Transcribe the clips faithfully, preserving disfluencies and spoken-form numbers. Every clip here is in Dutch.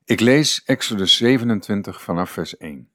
Ik lees Exodus zevenentwintig vanaf vers één.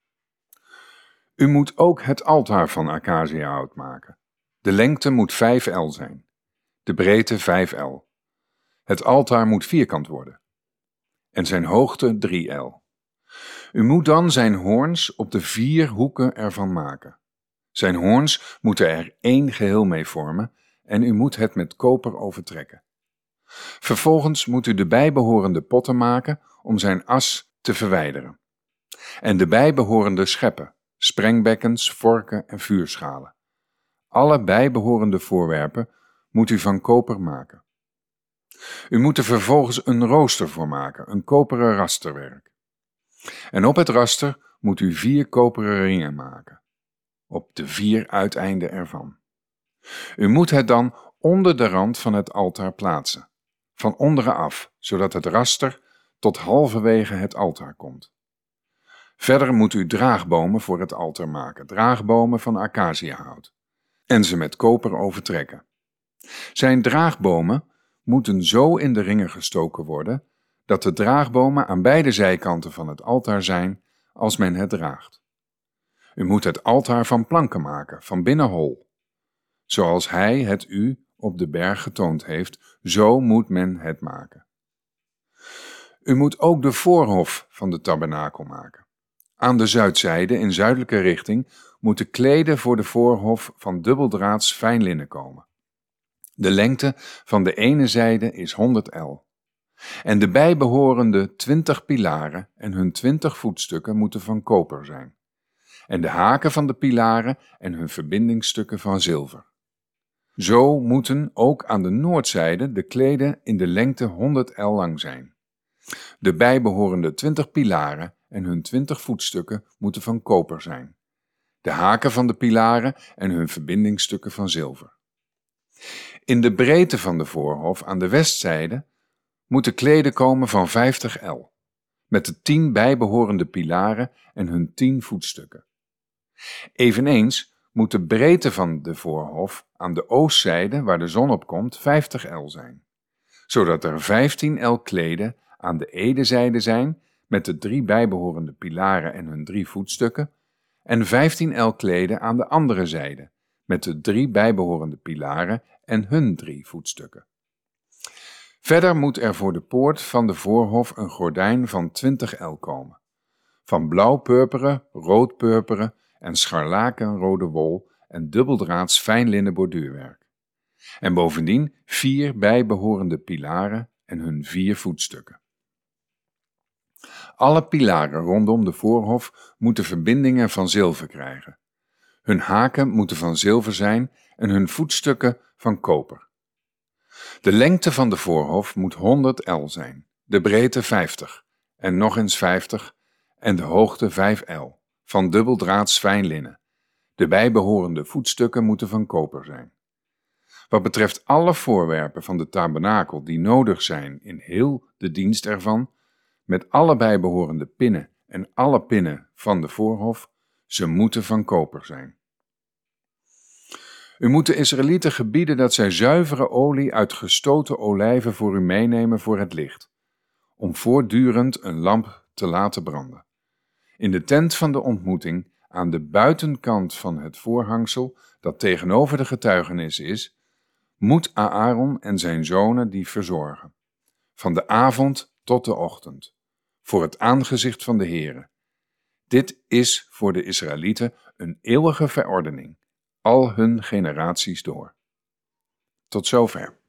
U moet ook het altaar van acaciahout maken. De lengte moet vijf el zijn, de breedte vijf el. Het altaar moet vierkant worden en zijn hoogte drie el. U moet dan zijn hoorns op de vier hoeken ervan maken. Zijn hoorns moeten er één geheel mee vormen en u moet het met koper overtrekken. Vervolgens moet u de bijbehorende potten maken om zijn as te verwijderen. En de bijbehorende scheppen, sprengbekkens, vorken en vuurschalen. Alle bijbehorende voorwerpen moet u van koper maken. U moet er vervolgens een rooster voor maken, een koperen rasterwerk. En op het raster moet u vier koperen ringen maken, op de vier uiteinden ervan. U moet het dan onder de rand van het altaar plaatsen, van onderen af, zodat het raster tot halverwege het altaar komt. Verder moet u draagbomen voor het altaar maken, draagbomen van acaciahout, en ze met koper overtrekken. Zijn draagbomen moeten zo in de ringen gestoken worden, dat de draagbomen aan beide zijkanten van het altaar zijn als men het draagt. U moet het altaar van planken maken, van binnen hol. Zoals hij het u op de berg getoond heeft, zo moet men het maken. U moet ook de voorhof van de tabernakel maken. Aan de zuidzijde in zuidelijke richting moeten kleden voor de voorhof van dubbeldraads fijn linnen komen. De lengte van de ene zijde is honderd el. En de bijbehorende twintig pilaren en hun twintig voetstukken moeten van koper zijn. En de haken van de pilaren en hun verbindingsstukken van zilver. Zo moeten ook aan de noordzijde de kleden in de lengte honderd el lang zijn. De bijbehorende twintig pilaren en hun twintig voetstukken moeten van koper zijn. De haken van de pilaren en hun verbindingsstukken van zilver. In de breedte van de voorhof aan de westzijde moeten kleden komen van vijftig el, met de tien bijbehorende pilaren en hun tien voetstukken. Eveneens moet de breedte van de voorhof aan de oostzijde, waar de zon op komt, vijftig el zijn, zodat er vijftien el kleden aan de edenzijde zijn, met de drie bijbehorende pilaren en hun drie voetstukken, en vijftien el kleden aan de andere zijde, met de drie bijbehorende pilaren en hun drie voetstukken. Verder moet er voor de poort van de voorhof een gordijn van twintig el komen, van blauw-purperen, rood-purperen en scharlakenrode wol en dubbeldraads fijn linnen borduurwerk. En bovendien vier bijbehorende pilaren en hun vier voetstukken. Alle pilaren rondom de voorhof moeten verbindingen van zilver krijgen. Hun haken moeten van zilver zijn en hun voetstukken van koper. De lengte van de voorhof moet honderd el zijn, de breedte vijftig en nog eens vijftig en de hoogte vijf el, van dubbeldraads fijn linnen. De bijbehorende voetstukken moeten van koper zijn. Wat betreft alle voorwerpen van de tabernakel die nodig zijn in heel de dienst ervan, met alle bijbehorende pinnen en alle pinnen van de voorhof, ze moeten van koper zijn. U moet de Israëlieten gebieden dat zij zuivere olie uit gestoten olijven voor u meenemen voor het licht, om voortdurend een lamp te laten branden. In de tent van de ontmoeting, aan de buitenkant van het voorhangsel dat tegenover de getuigenis is, moet Aaron en zijn zonen die verzorgen, van de avond tot de ochtend, voor het aangezicht van de Heere. Dit is voor de Israëlieten een eeuwige verordening, al hun generaties door. Tot zover.